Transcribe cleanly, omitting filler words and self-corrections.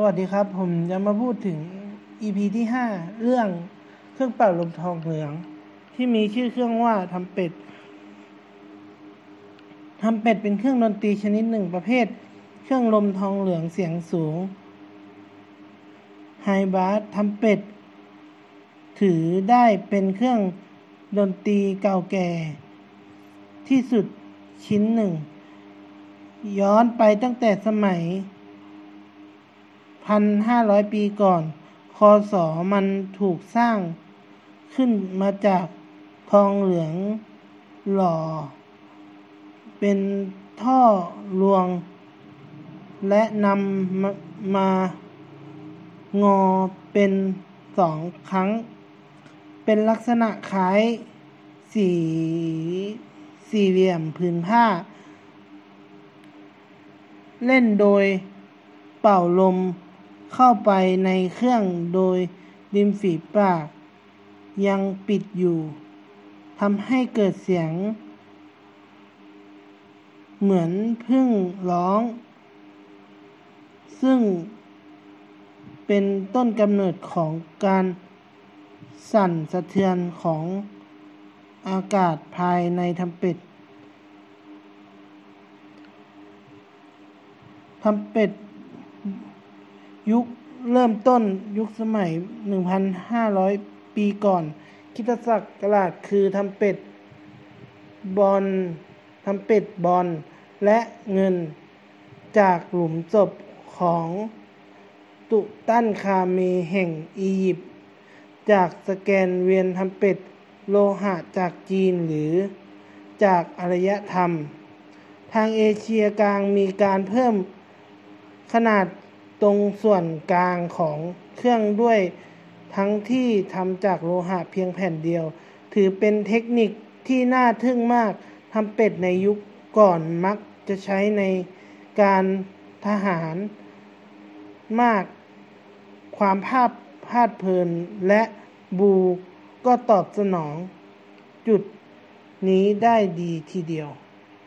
วัสดีครับผมจะมาพูดถึง EP ที่ 5 เรื่องเครื่องเป่าลมทองเหลืองที่มีชื่อเครื่องว่าทำเป็ดเป็นเครื่องดนตรีชนิดหนึ่งประเภทเครื่องลมทองเหลืองเสียงสูงไฮบาสทำเป็ดถือได้เป็นเครื่องดนตรีเก่าแก่ที่สุดชิ้นหนึ่งย้อนไปตั้งแต่สมัย1,500 ปีก่อน ค.ศ. มันถูกสร้างขึ้นมาจากทองเหลืองหล่อเป็นท่อรวงและนำมางอเป็น2 ครั้งเป็นลักษณะคล้ายสี่เหลี่ยมผืนผ้าเล่นโดยเป่าลมเข้าไปในเครื่องโดยริมฝีปากยังปิดอยู่ทำให้เกิดเสียงเหมือนผึ้งร้องซึ่งเป็นต้นกำเนิดของการสั่นสะเทือนของอากาศภายในทำเป็ดยุคเริ่มต้นยุคสมัย 1,500 ปีก่อนคริสตศักราชคือทำเป็ดบอนและเงินจากหลุมศพของตุตันคาเมนแห่งอียิปต์จากสแกนเวียนทำเป็ดโลหะจากจีนหรือจากอารยธรรมทางเอเชียกลางมีการเพิ่มขนาดตรงส่วนกลางของเครื่องด้วยทั้งที่ทำจากโลหะเพียงแผ่นเดียวถือเป็นเทคนิคที่น่าทึ่งมากทำเป็ดในยุคก่อนมักจะใช้ในการทหารมากความพาดเพลินและบูก็ตอบสนองจุดนี้ได้ดีทีเดียว